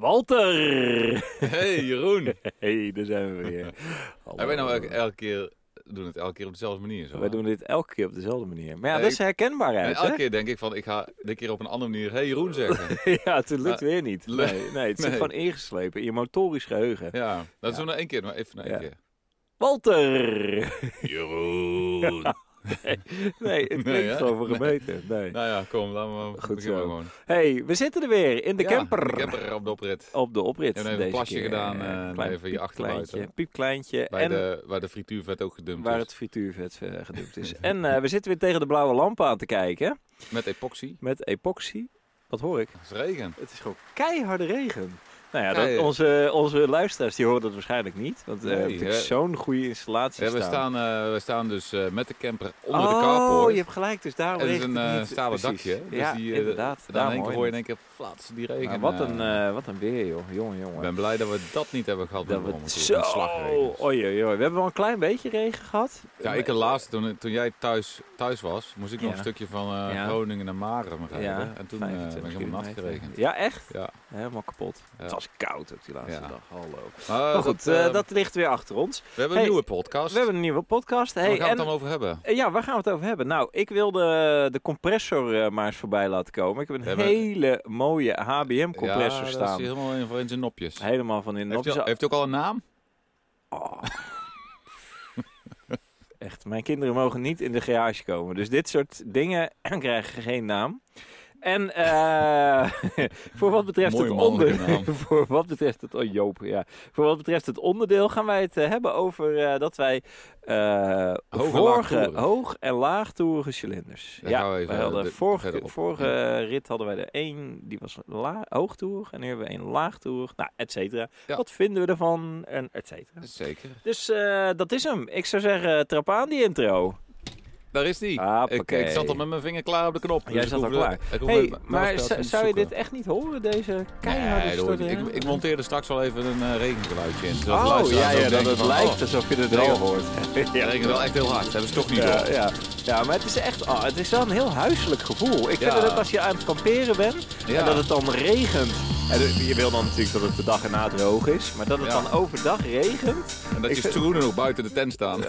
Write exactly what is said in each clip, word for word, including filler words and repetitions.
Walter! Hey Jeroen! Hey, daar zijn we weer. En wij nou elke, elke keer doen het elke keer op dezelfde manier zo? Wij doen dit elke keer op dezelfde manier. Maar ja, Nee, dat is herkenbaarheid, en elke hè? keer denk ik van, ik ga dit keer op een andere manier hey Jeroen zeggen. Ja, het lukt Maar- weer niet. Nee, nee het zit Nee. gewoon ingeslepen in je motorisch geheugen. Ja, dat Ja. doen we nog één keer, maar even nog één Ja. keer. Walter! Jeroen! Nee, het klinkt Nee, hè? gewoon voor een meter. Nee. Nou ja, kom, laten we Goed beginnen zo. gewoon. Hey, we zitten er weer in de Ja, camper. De camper op de oprit. Op de oprit. Je hebt even deze een plasje keer. gedaan, Eh, eh, klein even je achterbuiten. piepkleintje, piepkleintje. Bij en de, waar de frituurvet ook gedumpt waar is. het frituurvet eh, gedumpt is. En eh, we zitten weer tegen de blauwe lampen aan te kijken. Met epoxy. Met epoxy. Wat hoor ik? Het is regen. Het is gewoon keiharde regen. Nou ja, Nee. dat, onze, onze luisteraars die horen dat waarschijnlijk niet. Want uh, Nee, het is hè. zo'n goede installatie Ja, we, staan. staan, uh, we staan dus uh, met de camper onder oh, de carport. je hebt gelijk. Dus daarom Het is regent een het uh, niet. stalen Precies. dakje. Dus ja, die, uh, inderdaad. Dan in Daarom één keer hoor hoor je je in één keer flats die regen. maar wat, uh, een, uh, wat een weer, joh. Jongen, jongen. Ik ben blij dat we dat niet hebben gehad. Dat met we de zo... slagregens. Oei, oei, oei. We hebben wel een klein beetje regen gehad. Ja, ik de laatste, toen, toen jij thuis, thuis was, moest ik nog Ja. een stukje van uh, Ja. Groningen naar Marem rijden. Ja, en toen uh, ben ik helemaal nat kilometer. geregend. Ja, echt? Ja. Helemaal kapot. Ja. Het was koud ook die laatste Ja. dag. Hallo. Maar, Maar goed, dat, uh, uh, dat ligt weer achter ons. we hebben Hey, een nieuwe podcast. We hebben een nieuwe podcast. Hey, Waar gaan we en, het dan over hebben? uh, ja, waar gaan we het over hebben? Nou, ik wilde de compressor uh, maar eens voorbij laten komen. Ik heb een We hebben- hele mooie H B M-compressor ja, staan. dat is helemaal in, voor in zijn nopjes. Helemaal van in de Heeft hij, nopjes. al- heeft hij ook al een naam? Oh. Echt, mijn kinderen mogen niet in de garage komen. Dus dit soort dingen krijgen geen naam. En uh, voor wat betreft Mooie het mannelijke onderdeel, naam. voor wat betreft het oh Joop, ja, voor wat betreft het onderdeel gaan wij het uh, hebben over uh, dat wij uh, Hoog en vorige laagtoerig. hoog en laagtoerige cilinders. Daar ja, gaan we even wij hadden de- vorige, verder op. vorige uh, rit hadden wij er één die was la- hoogtoerig en nu hebben we één laagtoerig, nou, et cetera. Ja. Wat vinden we ervan en et cetera. Zeker. Dus uh, dat is hem. Ik zou zeggen, trap aan die intro. Daar is die. Hoppakee. Ik, ik zat al met mijn vinger klaar op de knop. Jij dus ik zat al hoefde- klaar. ik hoefde Hey, mijn maar muisspel zou niet te zou je zoeken. dit echt niet horen, deze keiharde Nee, dat hoor ik, stortregen? ik, ik monteerde straks wel even een uh, regengeluidje in. zodat de Oh, luisteraars ja, ook ja, dat denken het van, lijkt oh, alsof je het het wel regent- hoort. Het regent wel echt heel hard. Dat hebben ze toch niet Ja, door. ja. ja, maar het is echt, oh, het is wel een heel huiselijk gevoel. Ik vind Ja. dat als je aan het kamperen bent Ja. en dat het dan regent. En je wil dan natuurlijk dat het de dag erna droog is, maar dat het Ja. dan overdag regent. En dat Ik je vind- schoenen nog buiten de tent staan.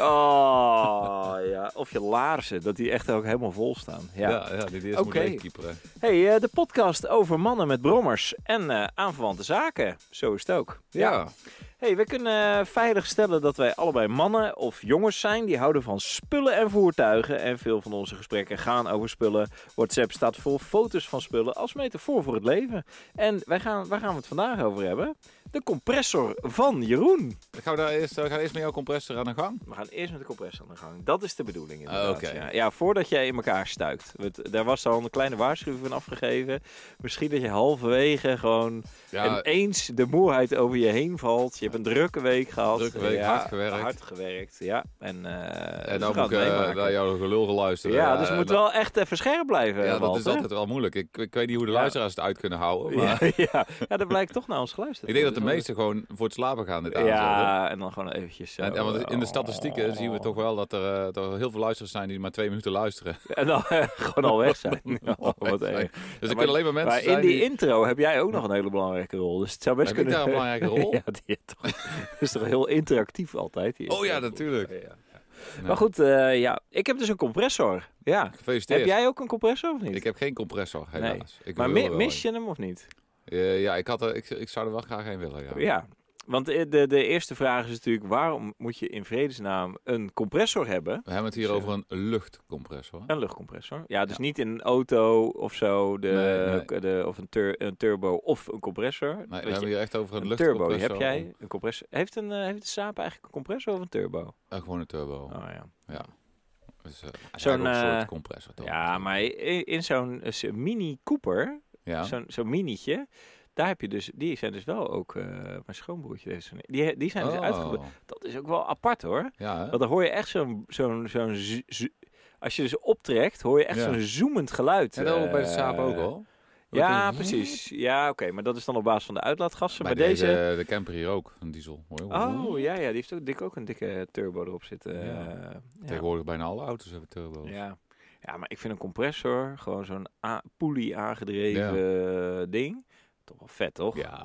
Oh, ja. Of je laarzen, dat die echt ook helemaal vol staan. Ja. Ja, ja, die eerst Oké. moet leegkieperen. Hey, uh, de podcast over mannen met brommers en uh, aanverwante zaken. Zo is het ook. Ja. Hey, we kunnen uh, veilig stellen dat wij allebei mannen of jongens zijn die houden van spullen en voertuigen. En veel van onze gesprekken gaan over spullen. WhatsApp staat vol foto's van spullen als metafoor voor het leven. En wij gaan, waar gaan we het vandaag over hebben? De compressor van Jeroen. Gaan we daar eerst, uh, gaan we eerst met jouw compressor aan de gang? We gaan eerst met de compressor aan de gang. Dat is de bedoeling inderdaad. Ah, oké. ja. ja, voordat jij in elkaar stuikt. Het- Daar was al een kleine waarschuwing van afgegeven. Misschien dat je halverwege gewoon Ja, ineens de moeheid over je heen valt. Je hebt een drukke week gehad. Drukke week, ja, hard gewerkt. Hard gewerkt, ja. En, uh, en dan moet ik uh, naar jouw gelul gaan luisteren. Ja, dus Uh, je moet dat- wel echt even scherp blijven. Ja, dat Walter. is altijd wel moeilijk. Ik, ik weet niet hoe de Ja. luisteraars het uit kunnen houden. Maar Ja, ja. ja, dat blijkt toch naar ons geluisterd. ik denk dat de Dus dat meesten gewoon voor het slapen gaan dit is- aanzetten. Ja, en dan gewoon eventjes zo. En, en want in de statistieken Oh. zien we toch wel dat er, uh, dat er heel veel luisteraars zijn die maar twee minuten luisteren. En dan uh, gewoon al weg zijn. Oh, wat erg. Dus er maar- kunnen alleen maar mensen Maar in zijn die die... intro heb jij ook nog een hele belangrijke rol. Dus het zou best Heb ik kunnen... daar een belangrijke rol? ja, die, toch. Dat is toch heel interactief altijd. die Oh ja, intro. natuurlijk. Ja, ja. Nou, Maar goed, uh, ja. Ik heb dus een compressor. Ja. Gefeliciteerd. Heb jij ook een compressor of niet? Ik heb geen compressor, helaas. Ik maar wil mi- er wel mis een. je hem of niet? Uh, ja, ik, had er, ik, ik zou er wel graag een willen, ja. Ja. Want de, de, de eerste vraag is natuurlijk... waarom moet je in vredesnaam een compressor hebben? We hebben het hier Zo. over een luchtcompressor. Een luchtcompressor. Ja, dus Ja. niet in een auto of zo. De, Nee, nee. De, of een, tur, een turbo of een compressor. Nee, we Weet hebben je, hier echt over een, een luchtcompressor. turbo, die heb jij. Een compressor. Heeft, een, uh, heeft de Saab eigenlijk een compressor of een turbo? Uh, gewoon een turbo. Oh ja. Ja. Dus, uh, Zo'n, zo'n een uh, soort compressor toch? Ja, maar in, in zo'n uh, zo'n Mini Cooper, Ja. zo'n zo'n minietje, daar heb je dus, die zijn dus wel ook, uh, mijn schoonbroertje heeft zo'n, die, die zijn dus Oh. uitgebreid. Dat is ook wel apart hoor. Ja, hè? Want dan hoor je echt zo'n, zo'n, zo'n, zo- zo- als je dus optrekt, hoor je echt Ja. zo'n zoemend geluid. En dat ook bij de uh, Saab ook al. Ja, Ook een- precies. Ja, oké, maar dat is dan op basis van de uitlaatgassen. Bij Maar deze, deze... de camper hier ook, een diesel. Hoor je? Oh, ja, ja, die heeft ook, dik ook een dikke turbo erop zitten. Ja. Uh, ja. Tegenwoordig bijna alle auto's hebben turbo's. Ja. Ja, maar ik vind een compressor, gewoon zo'n a- pulley aangedreven uh, ding, toch wel vet, toch? Ja,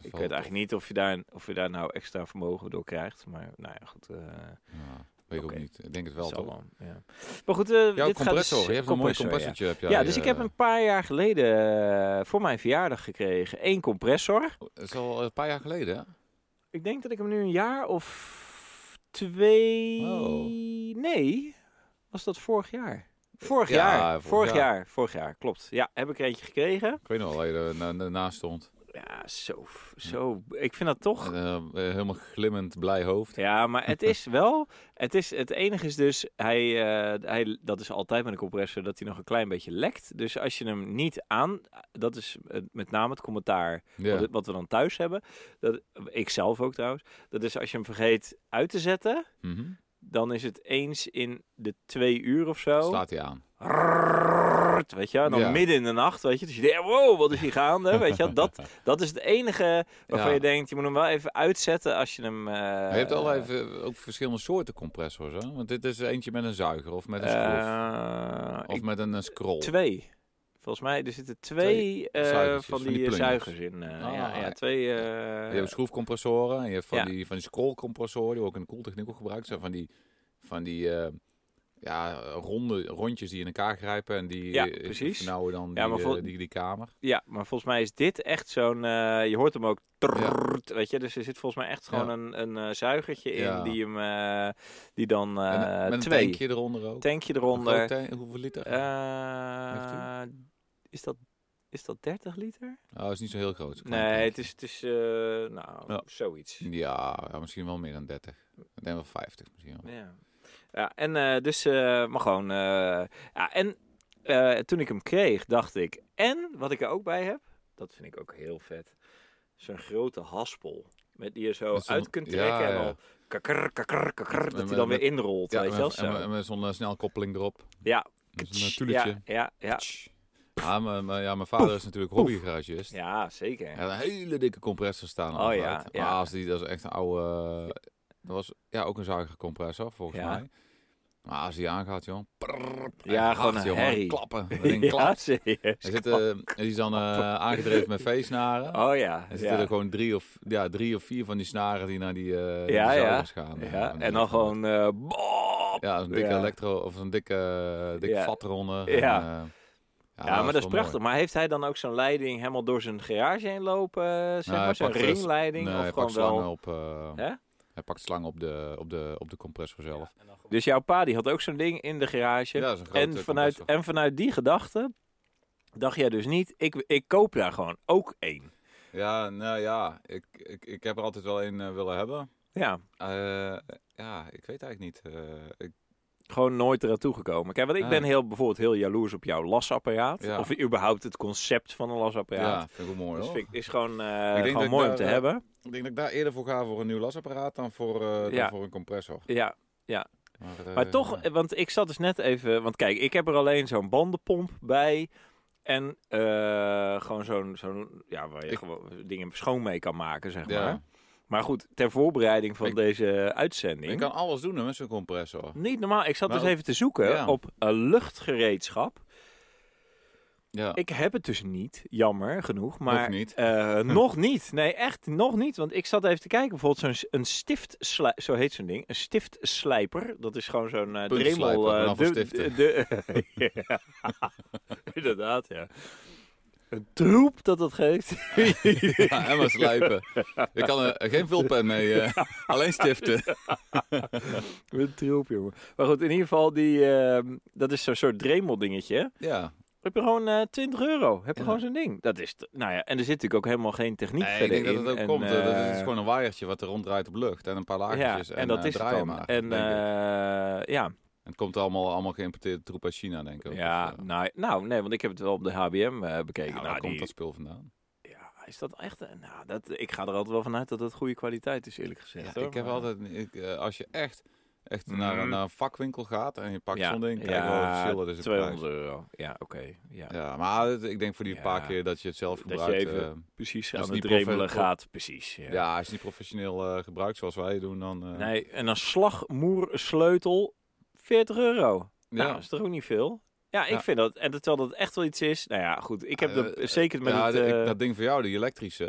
Ik weet eigenlijk niet of je, daar, of je daar nou extra vermogen door krijgt. Maar nou ja, goed. Uh, ja, weet ik okay. ook niet. Ik denk het wel, toch? Wel, ja. Maar goed, uh, Jouw dit compressor. gaat dus, je hebt een mooi compressortje. Ja, heb jij, ja dus uh, ik heb een paar jaar geleden uh, voor mijn verjaardag gekregen één compressor. Dat is al een paar jaar geleden, hè? Ik denk dat ik hem nu een jaar of twee... Oh. Nee, was dat vorig jaar? Vorig ja, jaar, vorig, vorig jaar. jaar, vorig jaar, klopt. Ja, heb ik er eentje gekregen. Ik weet nog wel, waar je er na, naast stond. Ja, zo, zo. Ik vind dat toch... En, uh, helemaal glimmend blij hoofd. Ja, maar het is wel... Het, is, het enige is dus... Hij, uh, hij, dat is altijd met een compressor dat hij nog een klein beetje lekt. Dus als je hem niet aan... Dat is uh, met name het commentaar Ja. wat, wat we dan thuis hebben. Dat, ik zelf ook trouwens. Dat is als je hem vergeet uit te zetten... Mm-hmm. Dan is het eens in de twee uur of zo. Slaat hij aan. Weet je, dan ja. midden in de nacht, weet je. Dus je denkt, wow, wat is hier gaande? Weet je, dat, dat is het enige waarvan ja. je denkt, je moet hem wel even uitzetten als je hem... Uh, je hebt al even ook verschillende soorten compressors, hè? Want dit is eentje met een zuiger of met een schroef. Uh, of ik, met een, een scroll. Twee. Volgens mij, er zitten twee, twee uh, van die, die zuigers in. Uh, ah, ja, ja, twee... Uh, je hebt schroefcompressoren en je hebt van, ja. die, van die scrollcompressoren, die ook in de koeltechniek ook gebruikt zijn. Van die, van die uh, ja, ronde, rondjes die in elkaar grijpen en die ja, precies. vernauwen dan ja, die, vol- uh, die, die kamer. Ja, maar volgens mij is dit echt zo'n... Uh, je hoort hem ook... Trrrt, ja. Weet je, dus er zit volgens mij echt gewoon ja. een, een uh, zuigertje in ja. die hem... Uh, die dan uh, en, met twee... een tankje eronder ook. Tankje eronder. Tank, hoeveel liter? Uh, is dat... Is dat dertig liter? Oh, dat is niet zo heel groot. Nee, het is, het is uh, nou, ja. zoiets. Ja, ja, misschien wel meer dan dertig. Ik denk wel vijftig misschien wel. Ja, ja en uh, dus, uh, maar gewoon, uh, ja, en uh, toen ik hem kreeg, dacht ik, en wat ik er ook bij heb, dat vind ik ook heel vet, zo'n grote haspel, met die je zo uit kunt trekken ja, en al kakker, kakker, kakker, dat hij dan weer inrolt, ja, weet je wel zo. En met, met zo'n uh, snelkoppeling erop. Ja. Zo'n tuletje. Ja, ja, ja. Ja, mijn, ja, mijn vader Poef. is natuurlijk hobbygaragist. Ja, zeker. Hij had een hele dikke compressor staan. Oh ja, ja. Maar als die, dat is echt een oude... Dat was ja, ook een zuigercompressor, volgens ja. mij. Maar als die aangaat, joh. Prrr, ja, gewoon hard, een jongen, herrie. Klappen. Dat ding klapt. Ja, hij zit, uh, die is dan uh, aangedreven met veesnaren. Oh ja. Er zitten ja. er gewoon drie of, ja, drie of vier van die snaren die naar die, uh, ja, die ja. gaan. Ja. En, en dan gewoon... Uh, ja, een dikke ja. elektro of een dikke, dikke ja. vat eronder. Ja. En, uh, Ja, ja, maar dat is prachtig. Mooi. Maar heeft hij dan ook zo'n leiding helemaal door zijn garage heen lopen? Zeg nou, maar, zo'n ringleiding? Nee, of hij gewoon pakt wel... slangen op... Uh, hij pakt slangen op de, op de, op de compressor zelf. Ja, dus jouw pa die had ook zo'n ding in de garage. Ja, zo'n en, vanuit, en vanuit die gedachte dacht jij dus niet, ik, ik koop daar gewoon ook één. Ja, nou ja, ik, ik, ik heb er altijd wel één uh, willen hebben. Ja. Uh, ja, ik weet eigenlijk niet. Uh, ik, Gewoon nooit eraan toegekomen. Kijk, want ik ja. ben heel, bijvoorbeeld heel jaloers op jouw lasapparaat. Ja. Of überhaupt het concept van een lasapparaat. Ja, vind ik wel mooi dus hoor. vind ik, is gewoon, uh, gewoon mooi om te daar, hebben. Ik denk dat ik daar eerder voor ga voor een nieuw lasapparaat dan voor, uh, dan ja. voor een compressor. Ja, ja. Maar, uh, maar toch, ja. want ik zat dus net even... Want kijk, ik heb er alleen zo'n bandenpomp bij... En uh, gewoon zo'n, zo'n... Ja, waar je ik, gewoon dingen schoon mee kan maken, zeg ja. maar. Maar goed, ter voorbereiding van ik, deze uitzending... Je kan alles doen hè, met zo'n compressor. Niet normaal. Ik zat maar dus ook, even te zoeken ja. op uh, luchtgereedschap. Ja. Ik heb het dus niet, jammer genoeg. Maar, nog niet. Uh, nog niet. Nee, echt nog niet. Want ik zat even te kijken. Bijvoorbeeld zo'n een stiftslijper. Zo heet zo'n ding. Een stiftslijper. Dat is gewoon zo'n uh, dremel. Uh, de, de, de, ja. Inderdaad, ja. Een troep dat dat geeft. Ja, en maar slijpen. Je kan er geen vulpen mee, uh, alleen stiften. Een troep, jongen. Maar goed, in ieder geval, die, uh, dat is zo'n soort dremel dingetje. Ja. Heb je gewoon uh, twintig euro. Heb je ja. gewoon zo'n ding. Dat is, t- nou ja, en er zit natuurlijk ook helemaal geen techniek nee, verder in. Ik denk dat het ook en, komt. Uh, dat is gewoon een waaiertje wat er ronddraait op lucht. En een paar laagjes. Ja, en, en dat uh, is het draaien dan. maar. En uh, ja. En het komt allemaal, allemaal geïmporteerde troep uit China, denk ik. Ja, of, uh, nou, nou, nee, want ik heb het wel op de H B M uh, bekeken. Ja, nou, waar komt die... dat spul vandaan? Ja, is dat echt... Nou, dat, ik ga er altijd wel vanuit dat het goede kwaliteit is, eerlijk gezegd. Ja, hoor. ik heb maar... altijd... Ik, uh, als je echt... Echt Mm. naar, naar een vakwinkel gaat en je pakt ja, zo'n ding, kijk ja, wel het verschil. Dus tweehonderd euro. Ja, oké. Okay, ja. ja, maar ik denk voor die ja, paar keer dat je het zelf gebruikt. Dat je even uh, precies aan het dremelen gaat. Precies. Ja. ja, als je niet professioneel uh, gebruikt zoals wij doen, dan... Uh... Nee, en een slagmoersleutel, veertig euro. Ja. Nou, dat is toch ook niet veel? Ja, ik ja. vind dat. En terwijl dat echt wel iets is. Nou ja, goed. Ik heb uh, er zeker met ja, het... Uh... Uh... dat ding voor jou, die elektrische...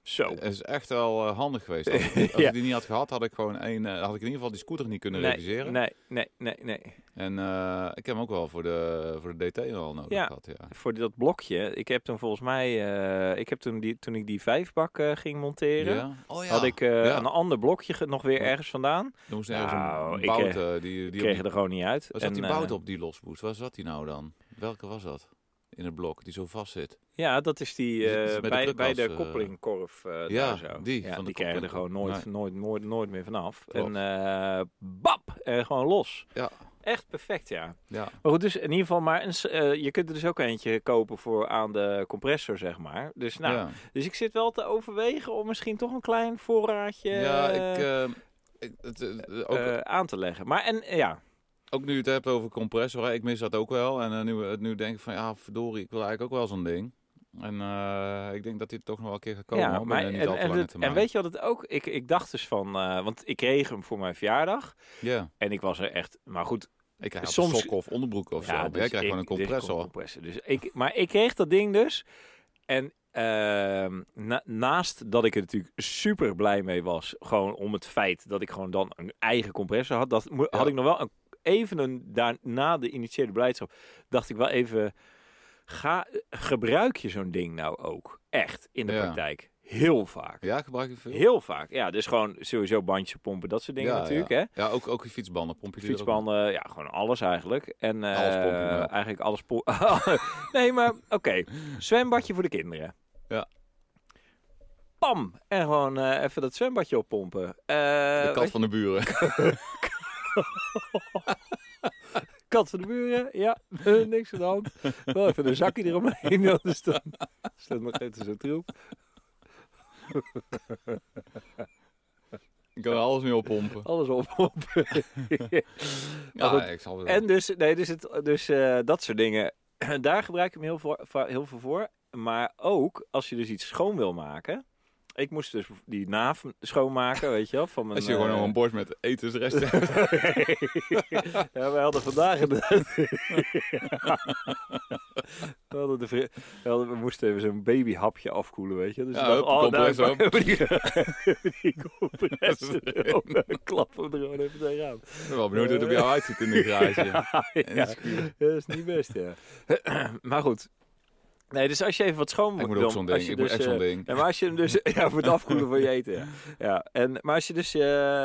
Zo. Het is echt wel uh, handig geweest. Als, ik, als ja. ik die niet had gehad, had ik gewoon een, uh, had ik in ieder geval die scooter niet kunnen nee, reviseren. Nee, nee, nee, nee. En uh, ik heb hem ook wel voor de, voor de D T wel nodig ja, gehad. Ja, voor dat blokje. Ik heb toen volgens mij, uh, ik heb toen, die, toen ik die vijfbak uh, ging monteren, ja? Oh, ja. had ik uh, ja. een ander blokje ge- nog weer ja. ergens vandaan. Er moest nou, ergens een ik bout, kreeg, uh, die, die kreeg die, er gewoon niet uit. Waar zat en, die bout uh, op die losmoest? Waar zat die nou dan? Welke was dat? In het blok, die zo vast zit. Ja, dat is die uh, bij, bij, de bij de uh, koppelingkorf. Uh, ja, daar zo. die. Ja, van die de krijgen er gewoon nooit, nee. nooit, nooit, nooit meer vanaf. Klopt. En uh, bap, en gewoon los. Ja. Echt perfect, ja. ja. Maar goed, dus in ieder geval, maar een, uh, je kunt er dus ook eentje kopen voor aan de compressor, zeg maar. Dus nou, ja. dus ik zit wel te overwegen om misschien toch een klein voorraadje ja, ik, uh, ik, het, het, ook, uh, aan te leggen. Maar en uh, ja. Ook nu je het hebt over compressor, ik mis dat ook wel. En uh, nu, nu denk ik van, ja, verdorie, ik wil eigenlijk ook wel zo'n ding. En uh, ik denk dat dit toch nog wel een keer gaat komen. Ja, hoor, maar, niet en, al te en, lange het, en weet je wat het ook... Ik, ik dacht dus van... Uh, want ik kreeg hem voor mijn verjaardag. Ja. Yeah. En ik was er echt... Maar goed... Ik krijg soms sokken of onderbroeken of ja, zo. dus Jij krijgt ik, gewoon een compressor. Een compressor. Dus ik, maar ik kreeg dat ding dus. En uh, na, naast dat ik er natuurlijk super blij mee was. Gewoon om het feit dat ik gewoon dan een eigen compressor had. Dat mo- ja. had ik nog wel een, even een, daar, na de initiële blijdschap. Dacht ik wel even... Ga, gebruik je zo'n ding nou ook echt in de ja. praktijk? Heel vaak. Ja, gebruik je veel? Heel vaak. Ja, dus gewoon sowieso bandjes pompen, dat soort dingen ja, natuurlijk. Ja, hè? ja ook, ook je fietsbanden. Pomp je fietsbanden, ja, gewoon alles eigenlijk. En uh, alles pompen. Ja. Eigenlijk alles pompen. nee, maar oké. Okay. Zwembadje voor de kinderen. Ja. Pam! En gewoon uh, even dat zwembadje oppompen. Uh, de kat van de buren. Kat van de buren, ja, niks aan de hand. Wel even een zakje eromheen, dus dan staat nog even zo'n troep. Ik kan er alles mee oppompen. Alles oppompen. ja, goed, ik zal het en dus, nee, dus, het, dus uh, dat soort dingen, daar gebruik ik hem heel, voor, heel veel voor. Maar ook als je dus iets schoon wil maken. Ik moest dus die naaf schoonmaken, weet je wel. Van mijn, als je gewoon uh, nog een bord met etensresten hebt. Ja, wij hadden vandaag... we, hadden de vri- we, hadden, we moesten even zo'n babyhapje afkoelen, weet je. Dus ja, dacht, hup, oh, compressor. Nou, die, die compressor erop. Klappen we er gewoon even tegenaan. Ik ben wel benieuwd hoe het op jou uitziet in de garage. ja, ja, dat is niet best, ja. Maar goed. Nee, dus als je even wat schoon ik moet ook zo'n ding. Ik dus, moet echt zo'n ding. Ja, maar als je hem dus ja, voor het afkoelen van je eten. Ja. Ja, en maar als je dus uh,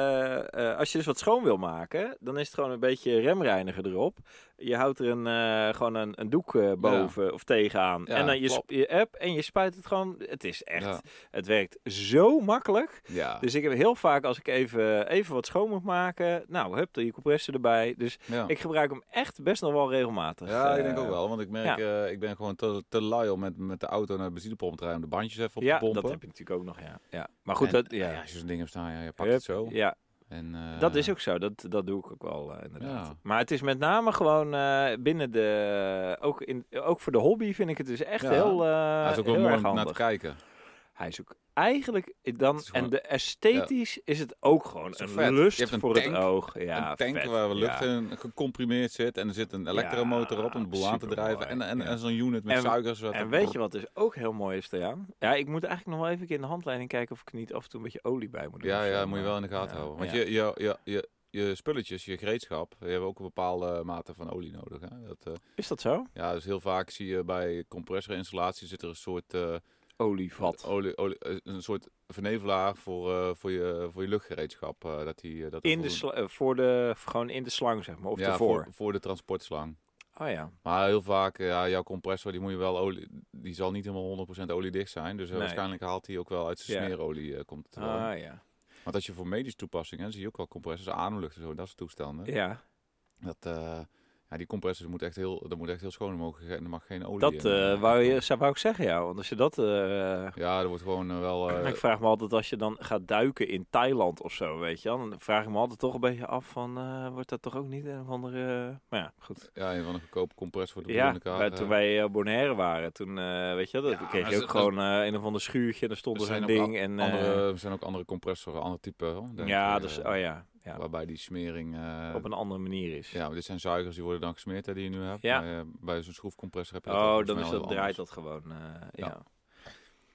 uh, als je dus wat schoon wil maken, dan is het gewoon een beetje remreiniger erop. Je houdt er een uh, gewoon een, een doek uh, boven ja. of tegenaan ja, en dan je, sp- je app en je spuit het gewoon. Het is echt, ja. Het werkt zo makkelijk. Ja. Dus ik heb heel vaak als ik even even wat schoon moet maken, nou, hup, dan je compressor erbij. Dus ja. ik gebruik hem echt best nog wel regelmatig. Ja, ik denk ook wel, want ik merk, ja. uh, ik ben gewoon te, te lui om met, met de auto naar de benzinepomp te rijden om de bandjes even op ja, te pompen. Ja, dat heb je natuurlijk ook nog, ja. ja. Maar goed, en, dat, ja. ja, als je zo'n ding hebt staan, ja, je pakt Hup, het zo. Ja. En, uh, dat is ook zo, dat, dat doe ik ook wel uh, inderdaad. Ja. Maar het is met name gewoon uh, binnen de, ook, in, ook voor de hobby vind ik het dus echt ja. heel uh, Hij is ook wel mooi om naar te kijken. Hij is ook eigenlijk dan gewoon, en de esthetisch ja. is het ook gewoon een vet. lust een voor tank, het oog. Ja, een tank vet. waar lucht ja. in gecomprimeerd zit en er zit een elektromotor ja, op om de boel aan te drijven en, en, ja. en zo'n unit met en, suikers. Wat en weet op. je wat dus ook heel mooi is eraan? Ja, ik moet eigenlijk nog wel even in de handleiding kijken of ik niet af en toe een beetje olie bij moet doen. Ja, ja, moet je wel in de gaten ja, houden. Want ja. je, je, je, je, je spulletjes, je gereedschap, je hebben ook een bepaalde mate van olie nodig. Hè? Dat, uh, is dat zo? Ja, dus heel vaak zie je bij compressorinstallaties zit er een soort... Uh, olievat. Olie, olie, een soort vernevelaar voor, uh, voor, je, voor je luchtgereedschap. Uh, dat die, uh, dat in de sla- voor de, gewoon in de slang, zeg maar, of ja, ervoor? Voor, voor de transportslang. Oh ja. Maar heel vaak, ja, jouw compressor, die moet je wel olie, die zal niet helemaal honderd procent oliedicht zijn. Dus uh, nee. waarschijnlijk haalt hij ook wel uit zijn ja. smeerolie. Uh, komt het ah wel. Ja. Want als je voor medische toepassingen, zie je ook wel compressors, ademlucht en zo, dat soort toestanden. Ja. Dat... Uh, Ja, die compressors moet echt heel, dat moet echt heel schoon mogen. Er mag geen olie dat, in. Dat uh, wou, je, zou wou ik zeggen, ja. Want als je dat... Uh, ja, er wordt gewoon uh, wel... Uh, ik vraag me altijd, als je dan gaat duiken in Thailand of zo, weet je wel. Dan vraag ik me altijd toch een beetje af van... Uh, wordt dat toch ook niet een of andere... Uh, maar ja, goed. Ja, een van de goedkope compressor voor de ja, elkaar. Ja, toen wij uh, Bonaire waren, toen, uh, weet je wel, ja, kreeg je ook gewoon uh, een of ander schuurtje. En daar stond er zo'n ding. Al, en, uh, andere, er zijn ook andere compressoren, ander type. Hoor, ja, ik, dus, uh, oh ja. Ja. Waarbij die smering... Uh, op een andere manier is. Ja, maar dit zijn zuigers die worden dan gesmeerd hè, die je nu hebt. Ja. Maar, uh, bij zo'n schroefcompressor heb je oh, dat dan is dat, draait anders. dat gewoon. Uh, ja. ja.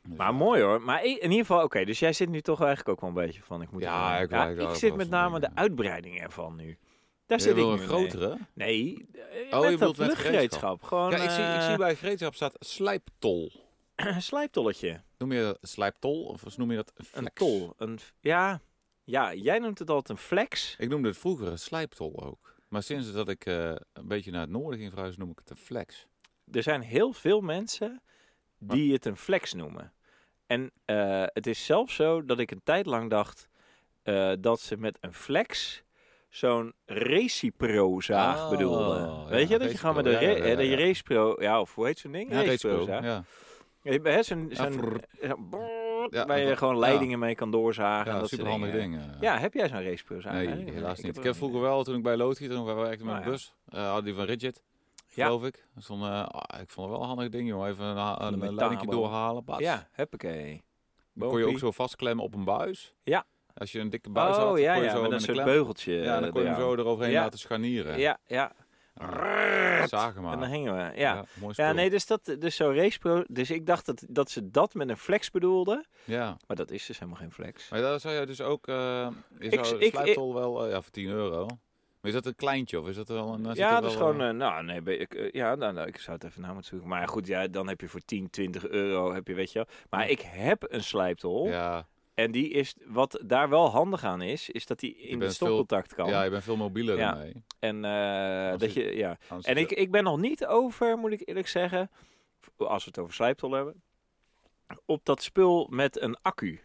Dus Maar ja. mooi hoor. Maar in ieder geval, oké, okay, dus jij zit nu toch eigenlijk ook wel een beetje van... Ik, moet Ja, er, ik, ja, ik, ik ik zit met name de dingen. uitbreiding ervan nu. Daar Je zit wil ik een nu mee. grotere? Nee, Oh, met je bedoelt dat met luchtgereedschap. Gewoon Ja, ik zie, ik uh, zie bij gereedschap staat slijptol. een slijptolletje. Noem je dat slijptol of noem je dat een flex? Een tol. Een, ja, ja, jij noemt het altijd een flex. Ik noemde het vroeger een slijptol ook. Maar sinds dat ik uh, een beetje naar het noorden ging verhuizen, noem ik het een flex. Er zijn heel veel mensen die het een flex noemen. En uh, het is zelfs zo dat ik een tijd lang dacht uh, dat ze met een flex zo'n Racipro-zaag oh, bedoelden. Ja, Weet je, dat je gewoon met een ja, ja, ja, ja. de Racipro, ja, of hoe heet zo'n ding? Ja, Racipro-zaag. ja. Je hebt zo'n, Ja, zo'n, ja, ja, waar je ja, gewoon leidingen mee kan doorzagen. Ja, en dat superhandig soort ding. dingen. Ja, heb jij zo'n Racipro-zaag? Nee, Nee, helaas nee, niet. Ik Ik heb vroeger wel, toen ik bij Loodgiet, toen we werkten met oh, een bus, uh, hadden die van Rigid. Ja. Geloof ik. Dat stond, uh, oh, ik vond het wel een handig ding, joh. Even een, een, Met een leidingje tabo. doorhalen. Bats. Ja, huppakee. Dan kon je ook zo vastklemmen op een buis. Ja. Als je een dikke buis had, Oh kon ja, je ja, zo met met een een soort klem. beugeltje. Ja, dan kon je hem zo eroverheen ja. laten scharnieren. Ja, ja. Ja. Zagen maar. En dan gingen we. Ja, Ja, mooi spul. ja nee, dus, dat, dus zo'n Racipro. Dus ik dacht dat, dat ze dat met een flex bedoelden. Ja. Maar dat is dus helemaal geen flex. Maar daar zou je dus ook... Uh, je Ik- zou ik- slijptol wel... Uh, ja, voor tien euro. Maar is dat een kleintje of is dat wel een... zit Ja, er dat is wel, gewoon... Uh, nou, nee, ben ik, uh, ja, nou, nou, ik zou het even na moeten zoeken. Maar goed, ja, dan heb je voor tien, twintig euro, heb je, weet je wel. Maar ik heb een slijptol. Ja. En die is, wat daar wel handig aan is, is dat die in de bent stopcontact kan. Ja, je bent veel mobieler Ja. ermee. En uh, Als dat je- je, ja. Anders En zit ik, je- ik ben nog niet over, moet ik eerlijk zeggen, als we het over slijptol hebben, op dat spul met een accu.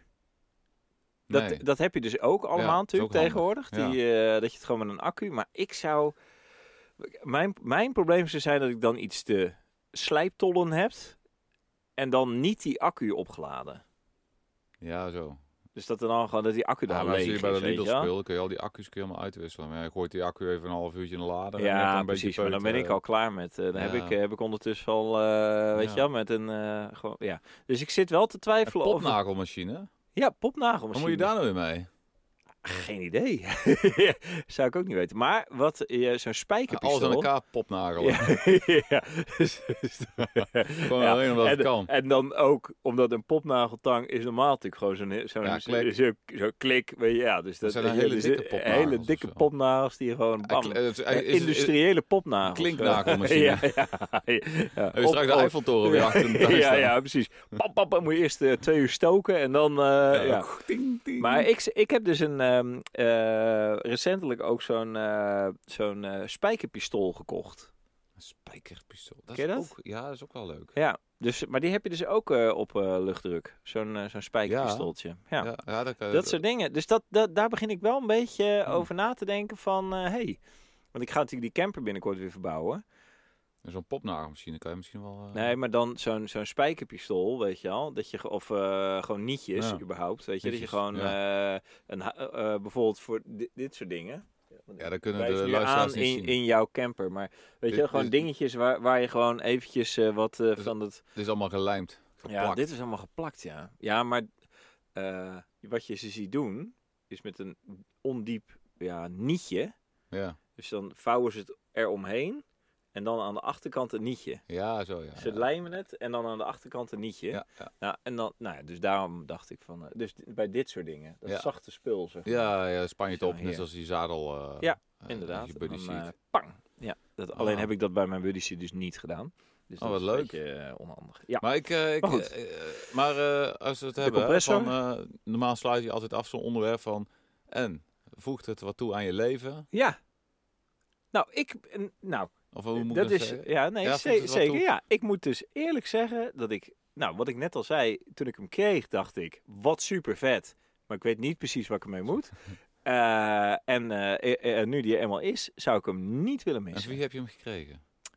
Dat, Nee. dat heb je dus ook allemaal Ja, natuurlijk dat is ook handig. tegenwoordig. Die, uh, dat je het gewoon met een accu. Maar ik zou... Mijn, mijn probleem zou zijn dat ik dan iets te slijptollen heb. En dan niet die accu opgeladen. Ja, zo. Dus dat er dan gewoon dat die accu Ja, dan maar als leeg je bij is, de weet Lidl je wel. speelt, kun je al die accu's kun je helemaal uitwisselen. Maar je gooit die accu even een half uurtje in de lader. en je hebt Ja, een beetje precies. Maar dan ben peut, ik uh, al klaar met. Uh, dan heb, ja. ik, uh, heb ik ondertussen al, uh, weet Ja. je wel, met een... Uh, gewoon, ja. Dus ik zit wel te Een twijfelen of... popnagelmachine. Ja, popnagel Wat moet je daar nou weer mee? Geen idee. Zou ik ook niet weten. Maar wat, uh, zo'n spijkerpistool... Alles aan elkaar popnagelen. Ja, ja. Gewoon Ja, alleen omdat en, het kan. En dan ook, omdat een popnageltang is normaal natuurlijk gewoon zo'n zo'n Ja, zo, klik. zo, zo klik. Weet je, ja, dus dat zijn dan ja, hele dus dikke de- popnagels hele of dikke zo. popnagels die gewoon bam. Hij kle- het is- hij Eh, is- is- industriële popnagels. Klinknagelmachine. ja, ja, ja, ja. Heb je Op- straks de op- Eiffeltoren weer ja, achter de thuis ja, staan. ja, precies. Pap, pap, dan moet je eerst uh, twee uur stoken en dan... Uh, ja, Ja. Ting, ting. Maar ik, ik heb dus een, um, uh, recentelijk ook zo'n uh, zo'n uh, spijkerpistool gekocht. Een spijkerpistool. Dat Ken je is dat? Ook, ja, dat is ook wel leuk. Ja, dus, maar die heb je dus ook uh, op uh, luchtdruk. Zo'n uh, zo'n spijkerpistooltje. Ja. Ja, ja, dat, kan- Dat soort dingen. Dus dat, dat, daar begin ik wel een beetje Hmm. over na te denken van... Hé, hey, want ik ga natuurlijk die camper binnenkort weer verbouwen. Zo'n popnagelmachine kan je misschien wel... Uh... Nee, maar dan zo'n zo'n spijkerpistool, weet je wel. Dat je, ge- of uh, gewoon nietjes Ja. überhaupt. Weet je, Nietjes, dat je gewoon uh, een, ha- uh, bijvoorbeeld voor di- dit soort dingen... Ja, dan kunnen Wijs de nu luisteraars aan niet in, zien. in jouw camper. Maar weet je, Dit- gewoon dit- dingetjes waar, waar je gewoon eventjes uh, wat uh, Dus- van het... Dit is allemaal gelijmd. Ja, Geplakt. dit is allemaal geplakt, ja. Ja, maar uh, wat je ze ziet doen, is met een ondiep ja, nietje. Ja. Dus dan vouwen ze het eromheen. En dan aan de achterkant een nietje. ja, zo ja. Ze ja. lijmen het en dan aan de achterkant een nietje. Ja, ja. Nou, en dan, nou ja, dus daarom dacht ik van... Uh, dus d- bij dit soort dingen, dat Ja. zachte spul, zeg maar. Ja, ja, span je het Zo, op, net hier. zoals die zadel. Uh, Ja, uh, Inderdaad. Je buddy En seat. dan, uh, pang. Ja, dat, alleen Ah. heb ik dat bij mijn buddy seat dus niet gedaan. Dus Oh, dat wat is leuk. een beetje uh, onhandig. Ja. Maar, ik, uh, ik, Maar goed. uh, maar uh, als we het hebben, hè, compressor? van, uh, normaal sluit je altijd af zo'n onderwerp van... En, voegt het wat toe aan je leven? Ja. Nou, ik... n- Nou, Of hoe moet dat ik dat is... zeggen? Ja, nee, Ja, ze- voegt het wat zeker. toe? Ja, ik moet dus eerlijk zeggen dat ik... Nou, wat ik net al zei, toen ik hem kreeg, dacht ik... Wat super vet. Maar ik weet niet precies wat ik ermee moet. Uh, en uh, uh, uh, nu die er eenmaal is, zou ik hem niet willen En van missen. wie heb je hem gekregen?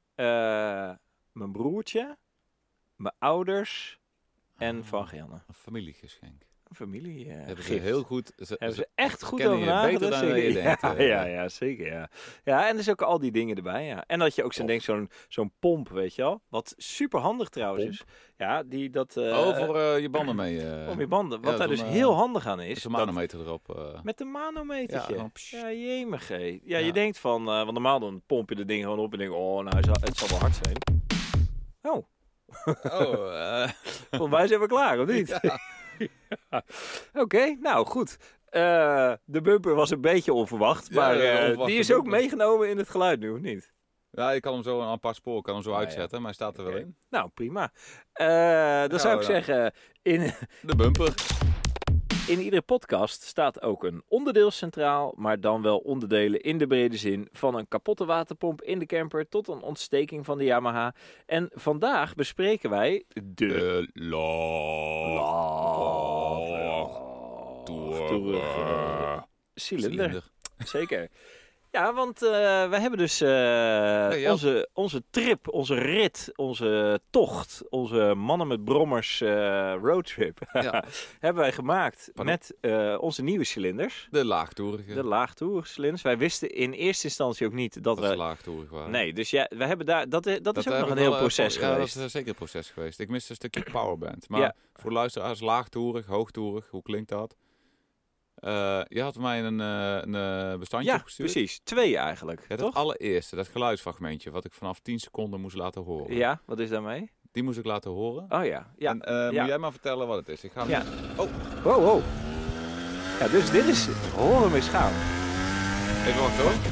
Uh, mijn broertje, mijn ouders en Ah. van Gianne. Een familiegeschenk. Een familie. Uh, Hebben ze gift. heel goed... Ze, Hebben ze- ze echt goed kennen over je nagedacht. beter dan zeker? je denkt, Ja, eh. ja, ja, zeker. Ja. Ja, en dus ook al die dingen erbij. Ja. En dat je ook zo'n Tof. denkt, zo'n zo'n pomp, weet je wel. Wat super handig trouwens Pomp? is. Ja, die dat... uh, oh, voor uh, je banden mee. Uh, om je banden. Wat ja, daar dus zo'n, uh, heel handig aan is. Is een dat- manometer erop. Uh, met een manometertje. Ja, Ja, gewoon pssst. ja jemige. Ja, Ja. je denkt van... Uh, want normaal dan pomp je de ding gewoon op en denk oh, nou, het zal, het zal wel hard zijn. Oh. Oh, uh... Volgens mij zijn we klaar, of niet? Ja. Ja. Oké, okay, nou goed. Uh, de bumper was een beetje onverwacht, Ja, maar uh, onverwacht die is de ook bumper. meegenomen in het geluid nu, of niet? Ja, ik kan hem zo een apart spoor, ik kan hem zo Ah, uitzetten, ja. maar hij staat er Okay. wel in. Nou, prima. Uh, dan zou ik nou. zeggen, in... De bumper. In iedere podcast staat ook een onderdeel centraal, maar dan wel onderdelen in de brede zin. Van een kapotte waterpomp in de camper tot een ontsteking van de Yamaha. En vandaag bespreken wij de... De laagtoerige cilinder. Zeker. Ja, want uh, wij hebben dus uh, hey, onze, onze trip, onze rit, onze tocht, onze mannen met brommers uh, roadtrip Ja. hebben wij gemaakt Pardon? met uh, onze nieuwe cilinders. De laagtoerige. De laagtoerige cilinders. Wij wisten in eerste instantie ook niet dat, dat we... ze laagtoerig waren. Nee, dus ja, we hebben daar, dat, dat, dat is ook nog een wel, heel proces uh, geweest. Ja, dat is zeker een proces geweest. Ik miste een stukje powerband. Maar Ja. voor de luisteraars, laagtoerig, hoogtoerig, hoe klinkt dat? Uh, je had mij een, uh, een uh, bestandje Ja, opgestuurd. precies. Twee eigenlijk, Ja, toch? dat allereerste, dat geluidsfragmentje, wat ik vanaf tien seconden moest laten horen. Ja, wat is daarmee? Die moest ik laten horen. Oh ja. ja. En uh, ja. moet jij maar vertellen wat het is? Ik ga hem... Ja. Oh. Wow, wow. Ja, dus dit is... Hoor hem eens gaan. Even wachten hoor.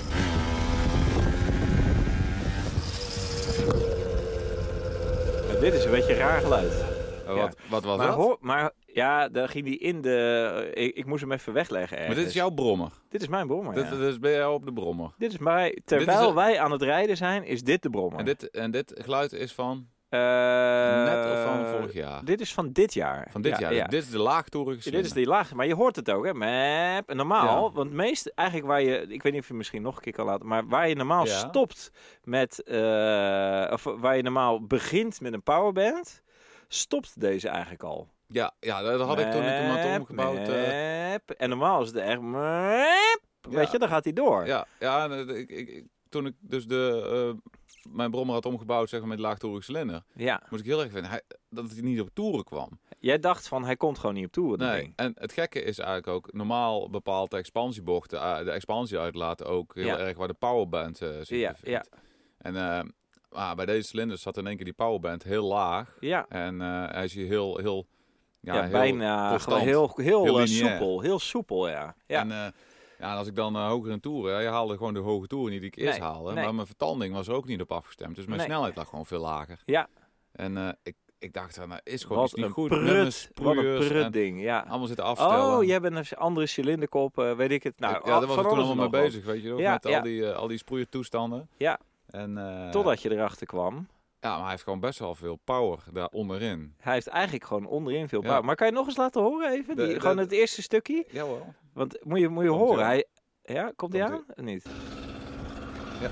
Ja, dit is een beetje een raar geluid. Uh, Ja. wat, wat was Maar, dat? hoor, maar ja, daar ging die in de... Ik, ik moest hem even wegleggen ergens. Maar dit is jouw brommer. Dit is mijn brommer, Dit, ja. dus ben jij op de brommer. Dit is mij... Terwijl Dit is een- wij aan het rijden zijn, is dit de brommer. En dit, en dit geluid is van Uh, net of van vorig jaar? Dit is van dit jaar. Van dit Ja, jaar. ja. Dit is de laagtoerige Ja, cilinder. dit is die laag, maar je hoort het ook, hè? Map. En normaal, Ja. want meest eigenlijk waar je, ik weet niet of je misschien nog een keer kan laten, maar waar je normaal Ja. stopt met, uh, of waar je normaal begint met een powerband, stopt deze eigenlijk al. Ja, ja, dat had ik toen ik hem had omgebouwd. uh, Map. En normaal is het echt, map. Weet Ja. je, dan gaat hij door. Ja, ja en, eh, ik, ik, ik- toen ik dus de, uh, mijn brommer had omgebouwd zeg maar, met laagtoerige cilinder, Ja. moest ik heel erg vinden hij, dat hij niet op toeren kwam. Jij dacht van, hij komt gewoon niet op toer. dat Nee, ding. en het gekke is eigenlijk ook, normaal bepaalt de expansiebochten, uh, de expansie uitlaten ook heel Ja. erg waar de powerband uh, zich Ja, bevindt. En uh, ah, bij deze cilinders zat in één keer die powerband heel laag. Ja. En uh, hij is hier heel, heel, ja, Ja, heel bijna constant. gewoon heel, heel, Heel eh, lineair. soepel. Heel soepel, ja. Ja. En, uh, ja, en als ik dan uh, hoger in toeren, ja, je haalde gewoon de hoge toeren niet die ik eerst Nee, haalde. nee. Maar mijn vertanding was er ook niet op afgestemd. Dus mijn Nee. snelheid lag gewoon veel lager. Ja. En uh, ik, ik dacht, nou, is gewoon Wat iets niet een goed. Met mijn prut, wat een sproeiers prut en ding, ja. allemaal zitten afstellen. Oh, jij bent een andere cilinderkop, uh, weet ik het. Nou, Ik- ja, daar was van ik toen alles allemaal mee nog bezig, weet je wel. Ja, met ja. al die, uh, al die sproeiertoestanden. Ja. En, uh, wat. Totdat je erachter kwam. Ja, maar hij heeft gewoon best wel veel power daar onderin. Hij heeft eigenlijk gewoon onderin veel Ja. power. Maar kan je nog eens laten horen even? Die, De- de- gewoon het eerste stukje? Jawel. Want moet je, moet je Komt-ie horen. aan. Hij, ja, komt hij aan? Komt-ie. Of niet? Ja.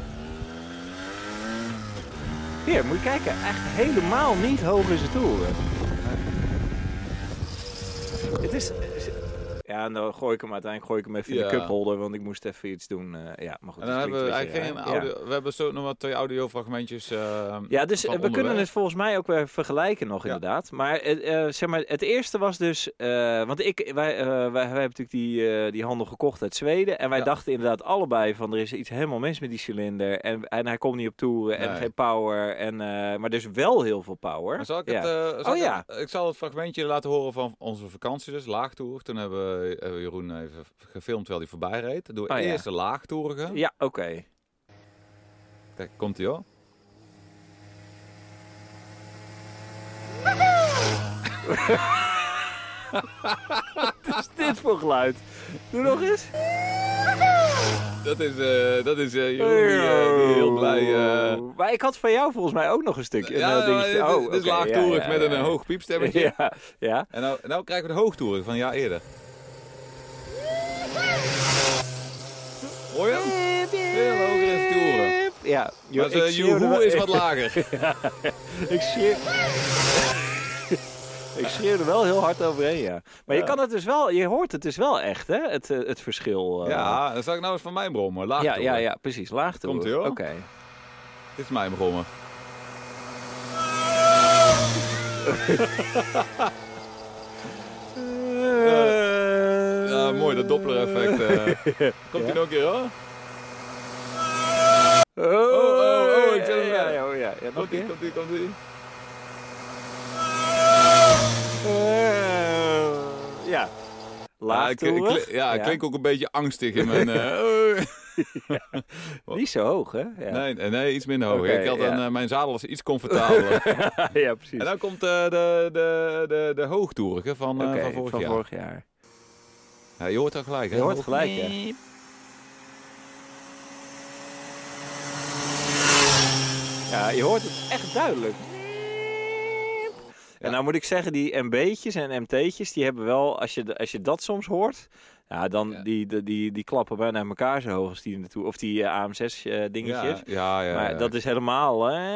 Hier, moet je kijken. Echt helemaal niet hoog in zijn toeren. Het is... Ja, en dan gooi ik hem uiteindelijk gooi ik hem even in Ja. de cupholder, want ik moest even iets doen. Uh, ja, maar goed. En dan dat hebben we klinkt een eigenlijk geen beetje raar. Ja. audio. We hebben zo nog wat twee audiofragmentjes. Uh, Ja, dus van we kunnen onderweg. het volgens mij ook weer vergelijken nog Ja. inderdaad. Maar, uh, zeg maar het eerste was dus... Uh, want ik, wij, uh, wij, wij hebben natuurlijk die, uh, die handel gekocht uit Zweden. En wij Ja. dachten inderdaad allebei van er is iets helemaal mis met die cilinder. En, en hij komt niet op toeren en Nee. geen power. En, uh, maar dus wel heel veel power. Maar zal ik, ja. het, uh, zal Oh, ik, ja. het- ik zal het fragmentje laten horen van onze vakantie, dus laagtoer. Toen hebben we uh, Jeroen even gefilmd terwijl hij voorbij reed. Doe Oh, ja. eerst de laagtoerige. Ja, oké. Okay. Kijk, komt hij hoor. Wat is dit voor geluid? Doe nog eens. Dat is, uh, dat is uh, Jeroen die, uh, die heel blij... Uh... Maar ik had van jou volgens mij ook nog een stukje. Ja, een, uh, maar dit, dingetje. dit Oh, is oké, laagtoerig ja, ja, met ja, een uh, hoog piepstemmetje. Ja, ja. En nou, nou krijgen we de hoogtoerig van een jaar eerder. Hoor je hem? Veel hoger in de toeren. Ja, Maar ik uh, schreeuwde Joehoe wel- is wat lager. Ja, ik schreeuw... ik schreeuwde wel heel hard overheen, ja. Maar je Ja. kan het dus wel, je hoort het dus wel echt, hè? Het, eh, het verschil. uh. Ja, dan zal ik nou eens van mijn brommer. ja, Laagtoerig. ja, ja, precies. Laagtoer. Komt-ie, hoor. Oké. Dit is mijn brommer. Ja, mooi, dat Doppler-effect. Uh. Komt hij nog een keer hoor? Oh, oh, oh, ik zet hem ja, weg. ja, oh, ja, ja, nog een Komt ie, keer. komt ie, komt ie. Uh, ja. Laagtoerig. Ja, ik, ik, ja, ik ja. klink ook een beetje angstig in mijn... Uh, ja. Niet zo hoog, hè? Ja. Nee, nee, iets minder hoog. Okay, ik had ja. een, uh, mijn zadel was iets comfortabeler. ja, precies. En dan komt uh, de, de, de, de hoogtoerige van, uh, okay, van, vorig, van jaar. vorig jaar. Ja, je hoort dat gelijk, hè? Je hoort het gelijk, hè? Ja, je hoort het echt duidelijk. Ja. En nou moet ik zeggen, die M B'tjes en M T'tjes, die hebben wel, als je, als je dat soms hoort, ja, dan ja. Die, die, die, die klappen bijna elkaar zo hoog als die naartoe, of die uh, A M zes uh, dingetjes. Ja, ja, ja. Maar ja. dat is helemaal... Uh,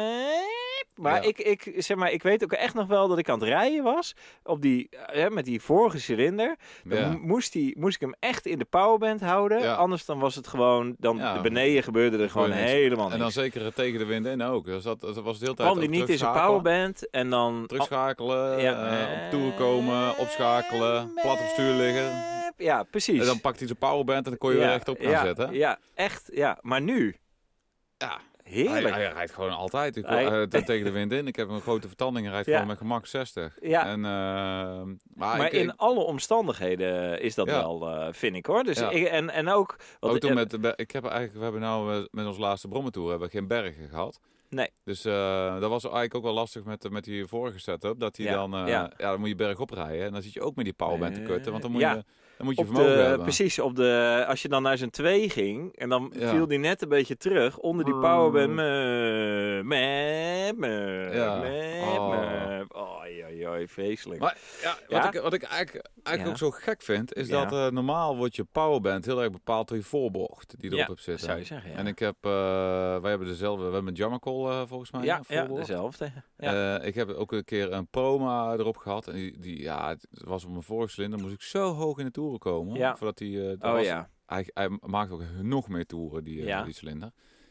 maar, ja. ik, ik, zeg maar ik weet ook echt nog wel dat ik aan het rijden was, op die, uh, met die vorige cilinder. Dan ja. moest, die, moest ik hem echt in de powerband houden. Ja. Anders dan was het gewoon, dan ja. beneden gebeurde er gewoon helemaal niks. En dan zeker tegen de wind in ook. Dus dat, dat was de hele tijd kwam die niet in zijn powerband en dan... Terugschakelen, ja. uh, op toeren komen, opschakelen, plat op stuur liggen. Ja, precies. En dan pakt hij zijn powerband en dan kon je ja. weer rechtop gaan ja. zetten. Ja, echt. Ja, maar nu... Ja. Heerlijk. Hij, hij rijdt gewoon altijd. Ik, hij... uh, tegen de wind in. Ik heb een grote vertanding. Hij rijdt ja. gewoon met gemak zestig. Ja. En, uh, maar maar ik, in ik... alle omstandigheden is dat ja. wel, uh, vind ik hoor. Dus ja. ik, en, en ook... Wat ook toen met, ik heb eigenlijk, we hebben nou met onze laatste brommentour hebben we geen bergen gehad. Nee. Dus uh, dat was eigenlijk ook wel lastig met, met die vorige setup. Dat die ja. dan, uh, ja. ja, dan moet je berg oprijden. En dan zit je ook met die powerband te kutten. Want dan moet ja. je... Dan moet je op vermogen de, hebben. Precies, op de, als je dan naar zijn twee ging en dan ja. viel die net een beetje terug onder die powerband. Me, me, me, ja. me, oh. me. Oei, oei, oei, vreselijk. Maar ja, wat, ja? Ik, wat ik eigenlijk, eigenlijk ja. ook zo gek vind, is ja. dat uh, normaal wordt je powerband heel erg bepaald door je voorbocht die erop ja, hebt zitten. Zou je zeggen, ja. En ik heb, uh, wij hebben dezelfde, we hebben een Jammercol uh, volgens mij. Ja, ja dezelfde. Ja. Uh, ik heb ook een keer een Proma erop gehad. En die, die ja, het was op mijn vorige cilinder, moest ik zo hoog in de toeren komen. Ja. Voordat hij, uh, oh was, ja. Hij, hij maakt ook nog meer toeren, die, uh, ja. die cilinder.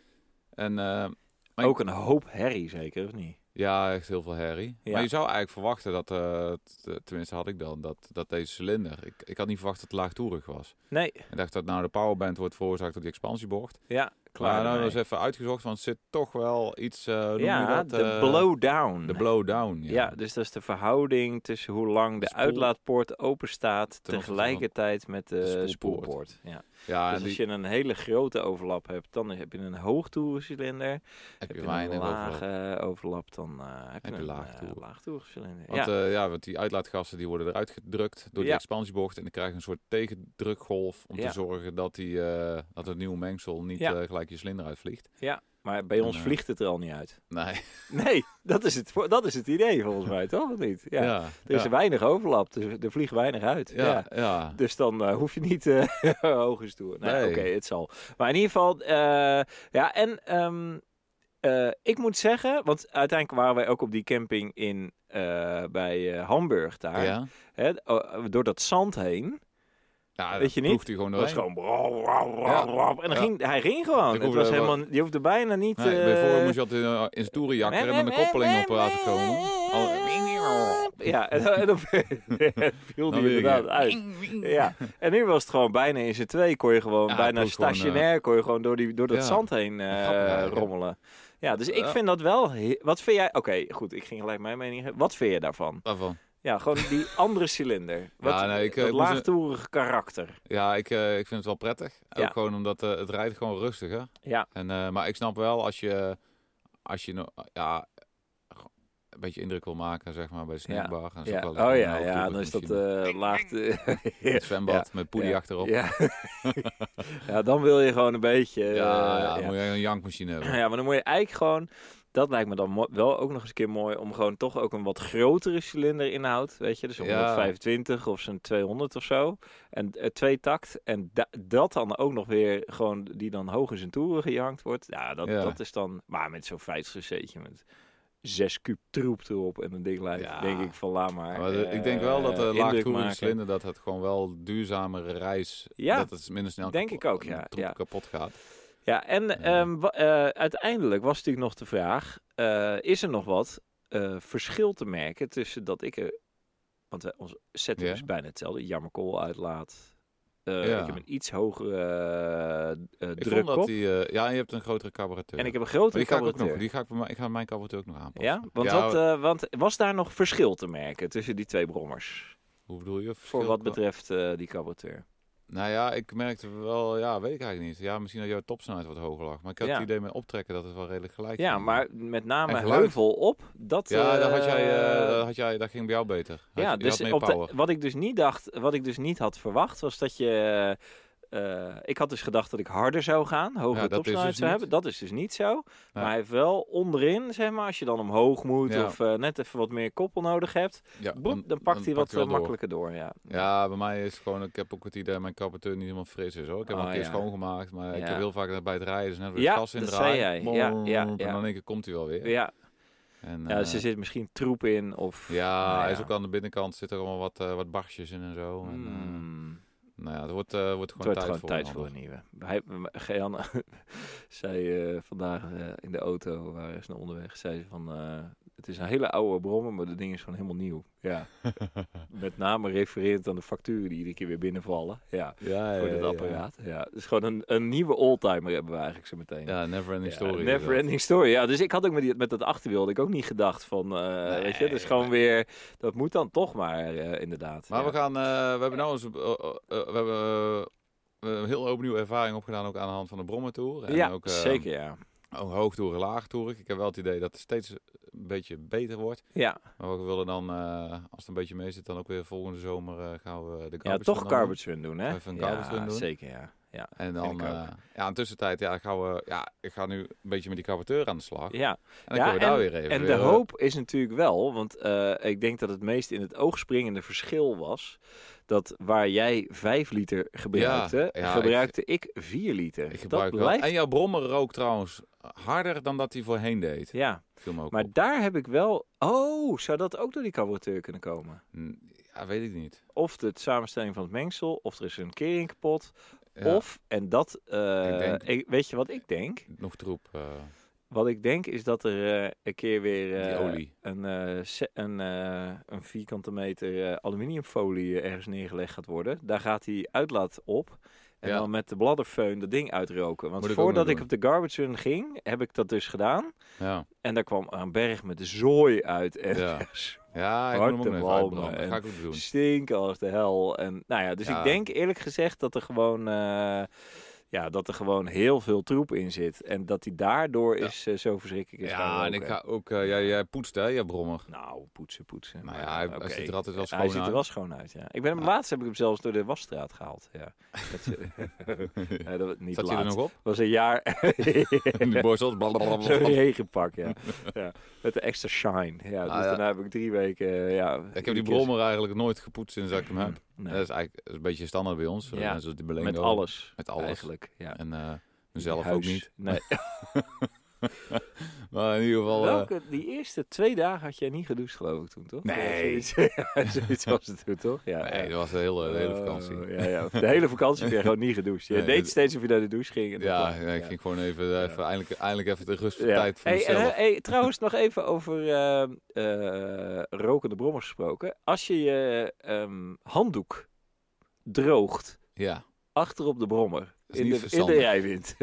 En, uh, ook ik, een hoop herrie zeker, of niet? Ja, echt heel veel herrie. Ja. Maar je zou eigenlijk verwachten dat, uh, t- tenminste had ik dan, dat, dat deze cilinder, ik, ik had niet verwacht dat het laagtoerig was. Nee. Ik dacht dat nou de powerband wordt veroorzaakt door die expansiebocht. Ja, klaar. Maar nou, dat is even uitgezocht, want het zit toch wel iets, uh, noem ja, je dat? de uh, blow-down. De blow-down, ja. Ja, dus dat is de verhouding tussen hoe lang de, de uitlaatpoort open staat tegelijkertijd met de, de spoelpoort. Ja. Ja, dus als die... je een hele grote overlap hebt, dan heb je een hoogtoerencilinder. Heb, heb je, je weinig een lage overlap, overlap dan uh, heb, heb je een laagtoer. uh, laagtoerencilinder. Want ja. Uh, ja, want die uitlaatgassen die worden eruit gedrukt door die ja. expansiebocht. En dan krijg je een soort tegendrukgolf om ja. te zorgen dat, die, uh, dat het nieuwe mengsel niet ja. uh, gelijk je cilinder uitvliegt. Ja, maar bij ons en, uh, vliegt het er al niet uit. Nee. Nee, dat is het, dat is het idee volgens mij, toch? Of niet? Ja. ja er is ja. weinig overlap, dus er vliegt weinig uit. Ja, ja. ja. Dus dan uh, hoef je niet uh, hoog in stoer. Nee, nee. Oké, okay, het zal. Maar in ieder geval, uh, ja, en um, uh, ik moet zeggen, want uiteindelijk waren wij ook op die camping in uh, bij uh, Hamburg daar. Ja. Hè, uh, door dat zand heen. Ja, weet je niet? Hij gewoon dat was gewoon... Ja. En dan ja. ging, hij ging gewoon. Het was helemaal, je hoefde bijna niet... Nee, uh... Bijvoorbeeld moest je altijd uh, in zijn toerenjakker en met een koppeling op laten komen. Al... Ja, en dan, en dan viel die inderdaad uit. Ja. En nu was het gewoon bijna in z'n twee. Kon je gewoon ja, bijna stationair, gewoon, uh... kon je gewoon door, die, door dat ja. zand heen uh, ja, rommelen. Ja, dus ik ja. vind dat wel... He- wat vind jij... Oké, okay, goed, ik ging gelijk mijn mening geven. Wat vind je daarvan? Waarvan? Ja, gewoon die andere cilinder. Wat, ja, nee, ik, dat ik laagtoerige een... karakter. Ja, ik, uh, ik vind het wel prettig. Ook ja. gewoon omdat uh, het rijdt gewoon rustiger. Ja. En, uh, maar ik snap wel als je, als je no, ja, een beetje indruk wil maken, zeg maar, bij de snackbar. Ja. Ja. Wel oh ja, ja, dan is dat uh, laagte... Het zwembad ja. met poedie ja. achterop. Ja. Ja, dan wil je gewoon een beetje... Uh, ja, ja, dan ja. moet je een jankmachine hebben. Ja, maar dan moet je eigenlijk gewoon... Dat lijkt me dan mo- wel ook nog eens een keer mooi om gewoon toch ook een wat grotere cilinder inhoud, weet je, dus een honderdvijfentwintig of zo'n tweehonderd of zo, en uh, twee takt, en da- dat dan ook nog weer gewoon, die dan hoog in zijn toeren gejankt wordt, ja, dat, ja. dat is dan, maar met zo'n vijftig cc'tje met zes kuub troep erop en een ding lijkt, ja. denk ik van laat maar. maar de, uh, ik denk wel dat de laagtoerige cilinder, dat het gewoon wel duurzamere reis, ja, dat het minder snel denk kapot, ik ook, ja, ja. kapot gaat. Ja, en ja. Um, w- uh, uiteindelijk was natuurlijk nog de vraag, uh, is er nog wat uh, verschil te merken tussen dat ik er, want uh, onze setup ja. is bijna hetzelfde, jammerkool uitlaat, Uh, ja. Ik heb een iets hogere uh, uh, ik druk vond dat op. Die, uh, ja, je hebt een grotere carburateur. En ik heb een grotere die ga carburateur. Ik ook nog, die ga ik, bij mij, ik ga mijn carburateur ook nog aanpassen. Ja? Want, ja, wat, uh, want was daar nog verschil te merken tussen die twee brommers? Hoe bedoel je? Voor wat betreft uh, die carburateur. Nou ja, ik merkte wel, ja, weet ik eigenlijk niet. Ja, misschien dat jouw topsnelheid wat hoger lag. Maar ik had ja. het idee met optrekken dat het wel redelijk gelijk Ja, ging. maar met name heuvel op, dat... Ja, uh, daar had jij, uh, daar had jij, dat ging bij jou beter. Had ja, je, dus op de, wat ik dus niet dacht, wat ik dus niet had verwacht, was dat je... Uh, ik had dus gedacht dat ik harder zou gaan, hogere ja, topsnelheid dus zou niet. hebben. Dat is dus niet zo. Ja. Maar hij heeft wel onderin, zeg maar, als je dan omhoog moet ja. of uh, net even wat meer koppel nodig hebt, ja, boep, dan, dan pakt dan hij wat door. makkelijker door. Ja. ja, bij mij is het gewoon, ik heb ook het idee dat mijn carburateur niet helemaal fris is hoor. Ik heb oh, hem een keer ja. schoongemaakt, maar ja. ik heb heel vaak bij het rijden dus net weer ja, het gas in dat draaien. zei jij. Ja, ja, ja. En dan in één keer komt hij wel weer. Ja. En, ja, dus uh, er zit misschien troep in of... Ja, nou, hij ja. is ook aan de binnenkant, zit er allemaal wat, uh, wat barsjes in en zo. En, uh, mm. Nou ja, het wordt, uh, wordt gewoon, het wordt tijd, gewoon voor tijd een voor een nieuwe. Hij, Geanne zei uh, vandaag uh, in de auto, we waren snel onderweg, zei ze van... Uh, het is een hele oude brommer, maar dat ding is gewoon helemaal nieuw. Ja. Met name refererend aan de facturen die iedere keer weer binnenvallen. Ja, ja, voor ja, dit ja, apparaat. Ja. Ja. Dus gewoon een, een nieuwe oldtimer hebben we eigenlijk zo meteen. Ja, never ending ja, story. Never ending story, ja. Dus ik had ook met, die, met dat achterwiel had ik ook niet gedacht van... Uh, nee, weet je, dus gewoon nee. weer... Dat moet dan toch maar, uh, inderdaad. Maar ja. we gaan... Uh, we hebben nou eens... Uh, uh, uh, we hebben... Uh, we hebben een heel hoop nieuwe ervaring opgedaan ook aan de hand van de Brommertour. En ja, ook, uh, zeker ja. Ook hoogtoeren, laagtoeren. Ik heb wel het idee dat het steeds een beetje beter wordt. Ja. Maar we willen dan, uh, als het een beetje mee zit, dan ook weer volgende zomer uh, gaan we de Ja, toch garbage run doen, hè? Even een garbage ja, run doen. Zeker, ja. Ja, en dan, uh, ja, in tussentijd, ja, gaan we, ja, ik ga nu een beetje met die carburateur aan de slag. Ja. En dan ja, kunnen we en, daar weer even. En de weer, hoop is natuurlijk wel, want uh, ik denk dat het meest in het oog springende verschil was, dat waar jij vijf liter gebruikte, ja, ja, gebruikte ik, ik vier liter. Ik gebruik dat wel. blijft... En jouw brommer rookt trouwens harder dan dat hij voorheen deed. Ja, ook maar op. daar heb ik wel... Oh, zou dat ook door die carburateur kunnen komen? Ja, weet ik niet. Of de samenstelling van het mengsel, of er is een kering kapot. Ja. Of, en dat... Uh, ik denk, ik, weet je wat ik denk? Nog troep. Uh, wat ik denk is dat er uh, een keer weer uh, die olie. een, uh, se- een, uh, een vierkante meter uh, aluminiumfolie ergens neergelegd gaat worden. Daar gaat die uitlaat op. En ja. dan met de bladderfeun dat ding uitroken. Want ik voordat ik op de garbage run ging, heb ik dat dus gedaan. Ja. En daar kwam een berg met zooi uit. En ja. Ja, ik moet hem nog even en dat ga ik ook doen. Stinken als de hel. En, nou ja, dus ja. ik denk eerlijk gezegd dat er gewoon... Uh, Ja, dat er gewoon heel veel troep in zit. En dat die daardoor ja. is uh, zo verschrikkelijk is. Ja, en ik ga ook... Uh, jij, jij poetst, hè, jij brommer. Nou, poetsen, poetsen. Nou ja, hij, okay. hij ziet er altijd wel schoon hij uit. Hij ziet er wel schoon uit, ja. Ik ben hem ja. laatst heb ik hem zelfs door de wasstraat gehaald. Ja. Dat, ja, dat niet Zat laatst. je er nog op? Dat was een jaar... In die borstels. Zo'n regenpak, ja. ja. Met de extra shine. Ja, dus ah, ja. daarna heb ik drie weken... Uh, ja, ik heb die brommer eigenlijk nooit gepoetst sinds dat ik hem heb. Nee. Dat is eigenlijk dat is een beetje standaard bij ons. Ja. Zoals die met alles. Met alles. Eigenlijk, ja. En uh, mezelf ook niet. Nee. Maar in ieder geval... Welke, die eerste twee dagen had jij niet gedoucht, geloof ik, toen, toch? Nee. Ja, zoiets was het toen, toch? Ja, nee, ja. dat was de hele, de hele vakantie. Uh, ja, ja. De hele vakantie heb je gewoon niet gedoucht. Je nee, deed steeds of je naar de douche ging. En ja, dan, ja, ik ja. ging gewoon even, ja. even eindelijk, eindelijk even de rust ja. tijd voor hey, mezelf. En, hey, trouwens, nog even over uh, uh, rokende brommers gesproken. Als je je um, handdoek droogt ja. achter op de brommer in de, in de rijwind.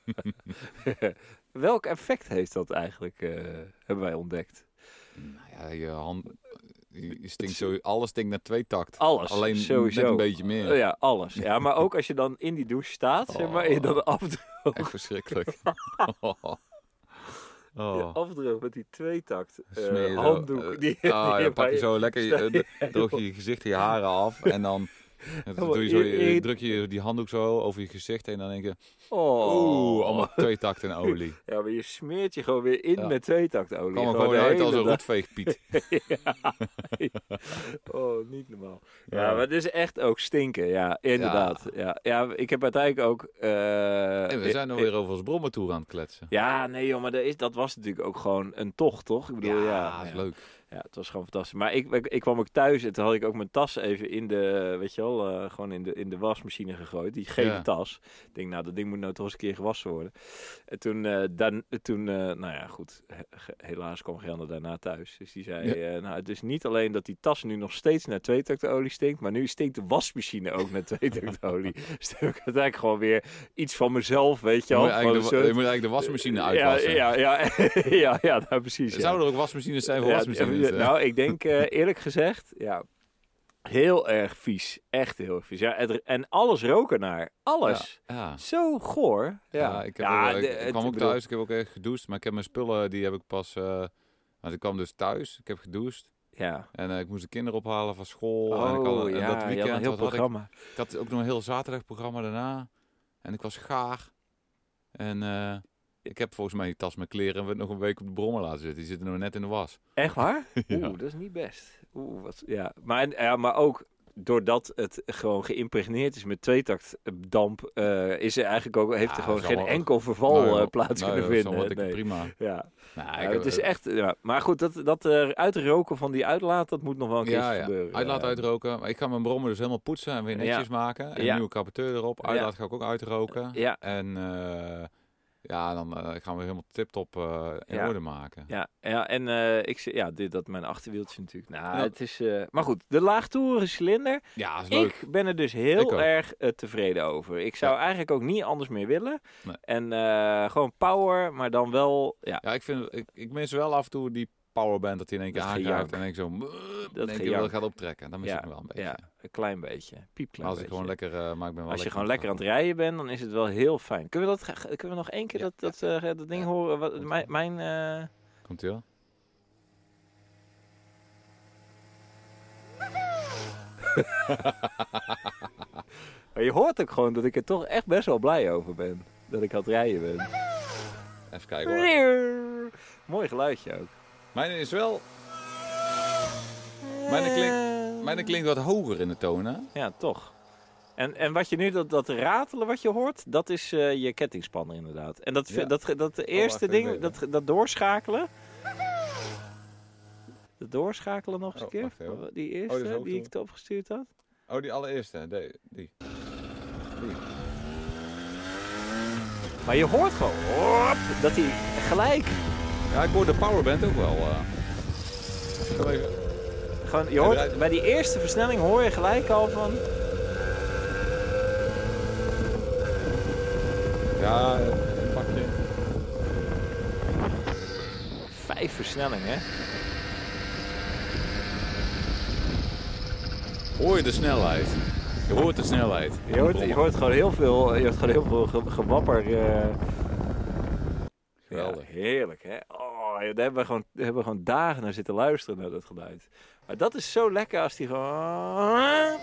Welk effect heeft dat eigenlijk, uh, hebben wij ontdekt? Nou ja, je hand... Je stinkt zo, alles stinkt naar twee takt. Alles, alleen sowieso. Net een beetje meer. Ja, alles. Ja, maar ook als je dan in die douche staat, oh, zeg maar, en je dan afdroogt. Echt verschrikkelijk. oh. Oh. Je afdroogt met die tweetakt uh, handdoek. Uh, die, oh, die ja, pak je zo lekker, uh, droog je je gezicht en je haren af en dan... En dan doe je zo, je, druk je die handdoek zo over je gezicht heen en dan denk je... Oh, oeh, allemaal twee takten olie. Ja, maar je smeert je gewoon weer in ja. met twee takten olie. Kom er gewoon uit als een roetveegpiet. ja. Oh, niet normaal. Ja, ja, maar het is echt ook stinken. Ja, inderdaad. Ja, ja, ja ik heb uiteindelijk ook... Uh, en we zijn nog weer over ons Brommertour aan het kletsen. Ja, nee joh, maar dat, is, dat was natuurlijk ook gewoon een tocht, toch? Ik bedoel, ja, ja. dat is ja. leuk. Ja, het was gewoon fantastisch. Maar ik, ik, ik kwam ook thuis en toen had ik ook mijn tas even in de, weet je wel, uh, gewoon in de, in de wasmachine gegooid. Die gele ja. tas. Ik denk, nou, dat ding moet nou toch eens een keer gewassen worden. En toen, uh, dan, toen uh, nou ja, goed. He, helaas kwam Gelder daarna thuis. Dus die zei, ja. uh, nou, het is niet alleen dat die tas nu nog steeds naar tweetaktolie stinkt, maar nu stinkt de wasmachine ook naar tweetaktolie. Dus toen heb ik uiteindelijk gewoon weer iets van mezelf, weet je wel. Je moet, de, je moet eigenlijk de wasmachine uitwassen. Ja, ja, ja, ja, ja nou, precies. Ja. Zouden er ook wasmachines zijn voor ja, wasmachines? Nou, ik denk uh, eerlijk gezegd, ja, heel erg vies. Echt heel erg vies. Ja, het, en alles rook ernaar. Alles. Ja, ja. Zo goor. Ja, ja ik, heb ja, ook, de, ik kwam ook bedoel... thuis, ik heb ook echt gedoucht. Maar ik heb mijn spullen, die heb ik pas... Uh, want ik kwam dus thuis, ik heb gedoucht. Ja. En uh, ik moest de kinderen ophalen van school. Oh, en ik had, ja, en dat weekend een heel programma. Had ik, ik had ook nog een heel zaterdagprogramma daarna. En ik was gaar. En... Uh, Ik heb volgens mij die tas met kleren nog een week op de brommer laten zitten. Die zitten nog net in de was. Echt waar? Ja. Oeh, dat is niet best. Oeh, wat, ja. Maar, ja, maar ook doordat het gewoon geïmpregneerd is met tweetaktdamp, uh, is er eigenlijk ook, heeft ja, er gewoon geen wel, enkel verval nou, uh, plaats nou, kunnen vinden. Dat is nee. prima. Ja. Nou, ja, het is echt. Ja. Maar goed, dat, dat uh, uitroken van die uitlaat, dat moet nog wel een keer ja, ja. gebeuren. Uitlaat uh, uitroken. Maar ik ga mijn brommer dus helemaal poetsen en weer netjes ja. maken. En ja. een nieuwe carbureteur erop. Uitlaat ja. ga ik ook uitroken. Ja. En uh, ja, dan uh, gaan we helemaal tip-top uh, in ja. orde maken. Ja, ja en uh, ik zie, ja, dit dat mijn achterwieltje natuurlijk. Nou, ja. het is. Uh, maar goed, de laagtoerige cilinder. Ja, is leuk. Ik ben er dus heel erg uh, tevreden over. Ik zou ja. eigenlijk ook niet anders meer willen. Nee. En uh, gewoon power, maar dan wel. Ja, ja ik vind, ik, ik mis wel af en toe die powerband dat hij in één keer aanraakt en ik zo dat in één keer gaat optrekken. Dan mis ja, ik me wel een beetje. Ja, een klein beetje. Piepklein Als ik beetje. gewoon lekker, uh, maar ik ben wel Als je gewoon lekker aan het rijden bent, dan is het wel heel fijn. Kunnen we, dat, kunnen we nog één keer ja, dat, dat, uh, dat ding ja. horen? Wat, mijn... mijn uh... Komt-ie wel? Maar je hoort ook gewoon dat ik er toch echt best wel blij over ben. Dat ik aan het rijden ben. Even kijken hoor. Mooi geluidje ook. Mijn is wel... Mijn klinkt, mijn klinkt wat hoger in de toon, hè? Ja, toch. En, en wat je nu, dat, dat ratelen wat je hoort, dat is uh, je kettingspanner inderdaad. En dat, ja. dat, dat, dat eerste oh, ding, dat, dat doorschakelen... Dat doorschakelen nog eens een oh, keer. Wacht, die eerste oh, die ik erop gestuurd had. Oh, die allereerste. Die. die. die. Maar je hoort gewoon hop, dat hij gelijk... Ja, ik hoor de powerband ook wel. Uh... Kom even. Gewoon, je hoort, bij die eerste versnelling hoor je gelijk al van... Ja, een pakje. Vijf versnellingen, hè? Hoor je de snelheid? Je hoort de snelheid. Je hoort, je hoort gewoon heel veel, je hoort gewoon heel veel ge, gewapper. Uh... Geweldig. Ja, heerlijk, hè? Oh, daar hebben we, gewoon, daar hebben we gewoon dagen naar zitten luisteren naar dat geluid. Maar dat is zo lekker als die gewoon...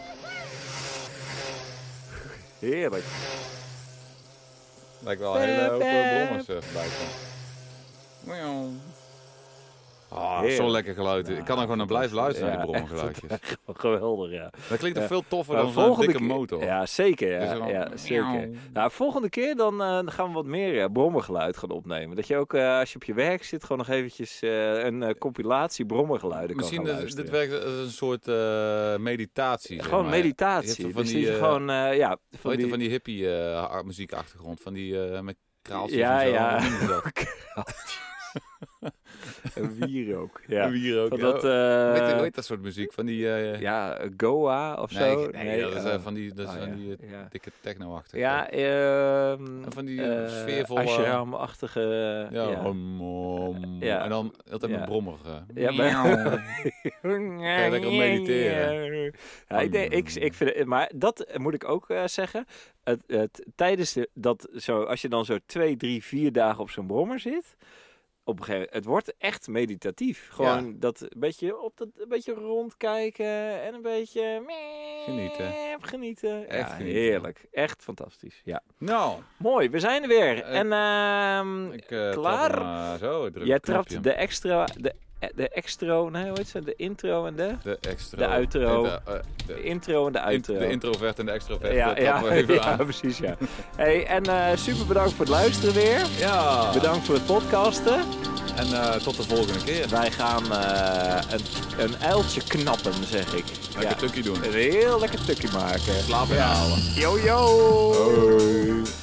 Heerlijk. Lijkt wel een hele hoop brommers uh, voorbij komen. Oh, zo'n lekker geluid. Ja, ik kan er gewoon naar blijven luisteren, ja, naar die brommergeluidjes. Geweldig, ja. Dat klinkt toch ja. veel toffer dan zo'n dikke keer, motor. Ja, zeker. Ja, dus ja, zeker. Nou, volgende keer dan, uh, dan gaan we wat meer uh, brommergeluid gaan opnemen. Dat je ook, uh, als je op je werk zit, gewoon nog eventjes uh, een uh, compilatie brommergeluiden Misschien kan gaan luisteren. Misschien dit werkt als een soort uh, meditatie. Zeg gewoon maar. meditatie. Van dus die, uh, gewoon, uh, ja, van die, van die hippie uh, muziekachtergrond. Van die uh, met kraaltjes ja, en zo. Ja, ja. Een wierook. Ja. Een wierook. Van dat, uh... weet je nooit dat soort muziek? Van die... Uh... Ja, Goa of nee, zo? Nee, nee, dat is uh, van die, dat is oh, van die uh, ja. dikke techno-achtige. Ja, uh, van die uh, sfeervolle... Ashram-achtige... Ja, ja. Om, om. Ja. En dan altijd ja. met brommer. Uh. Ja, maar... Kan je lekker mediteren. Ja, ik, denk, ik, ik vind het, maar dat moet ik ook uh, zeggen. Het, het, tijdens de, dat zo, als je dan zo twee, drie, vier dagen op zo'n brommer zit... Op een gegeven moment, het wordt echt meditatief. Gewoon ja. dat een beetje op dat een beetje rondkijken en een beetje genieten. Genieten. Echt ja, genieten. Heerlijk. Echt fantastisch. Ja. Nou. Mooi, we zijn er weer. Uh, en uh, ik, uh, klaar. Trap zo, Jij trapt de extra, de, de extra, nee, hoe heet ze? De intro en de? De extra. De outro. De, uh, de, de intro en de outro. De introvert en de extrovert. Ja, ja, even ja, ja precies, ja. Hey, en uh, super bedankt voor het luisteren weer. Ja. Bedankt voor het podcasten. En uh, tot de volgende keer. Wij gaan uh, een, een uiltje knappen, zeg ik. Lekker ja. tukkie doen. Een heel lekker tukkie maken. Slaap inhalen. Ja. Yo, yo! Hoi.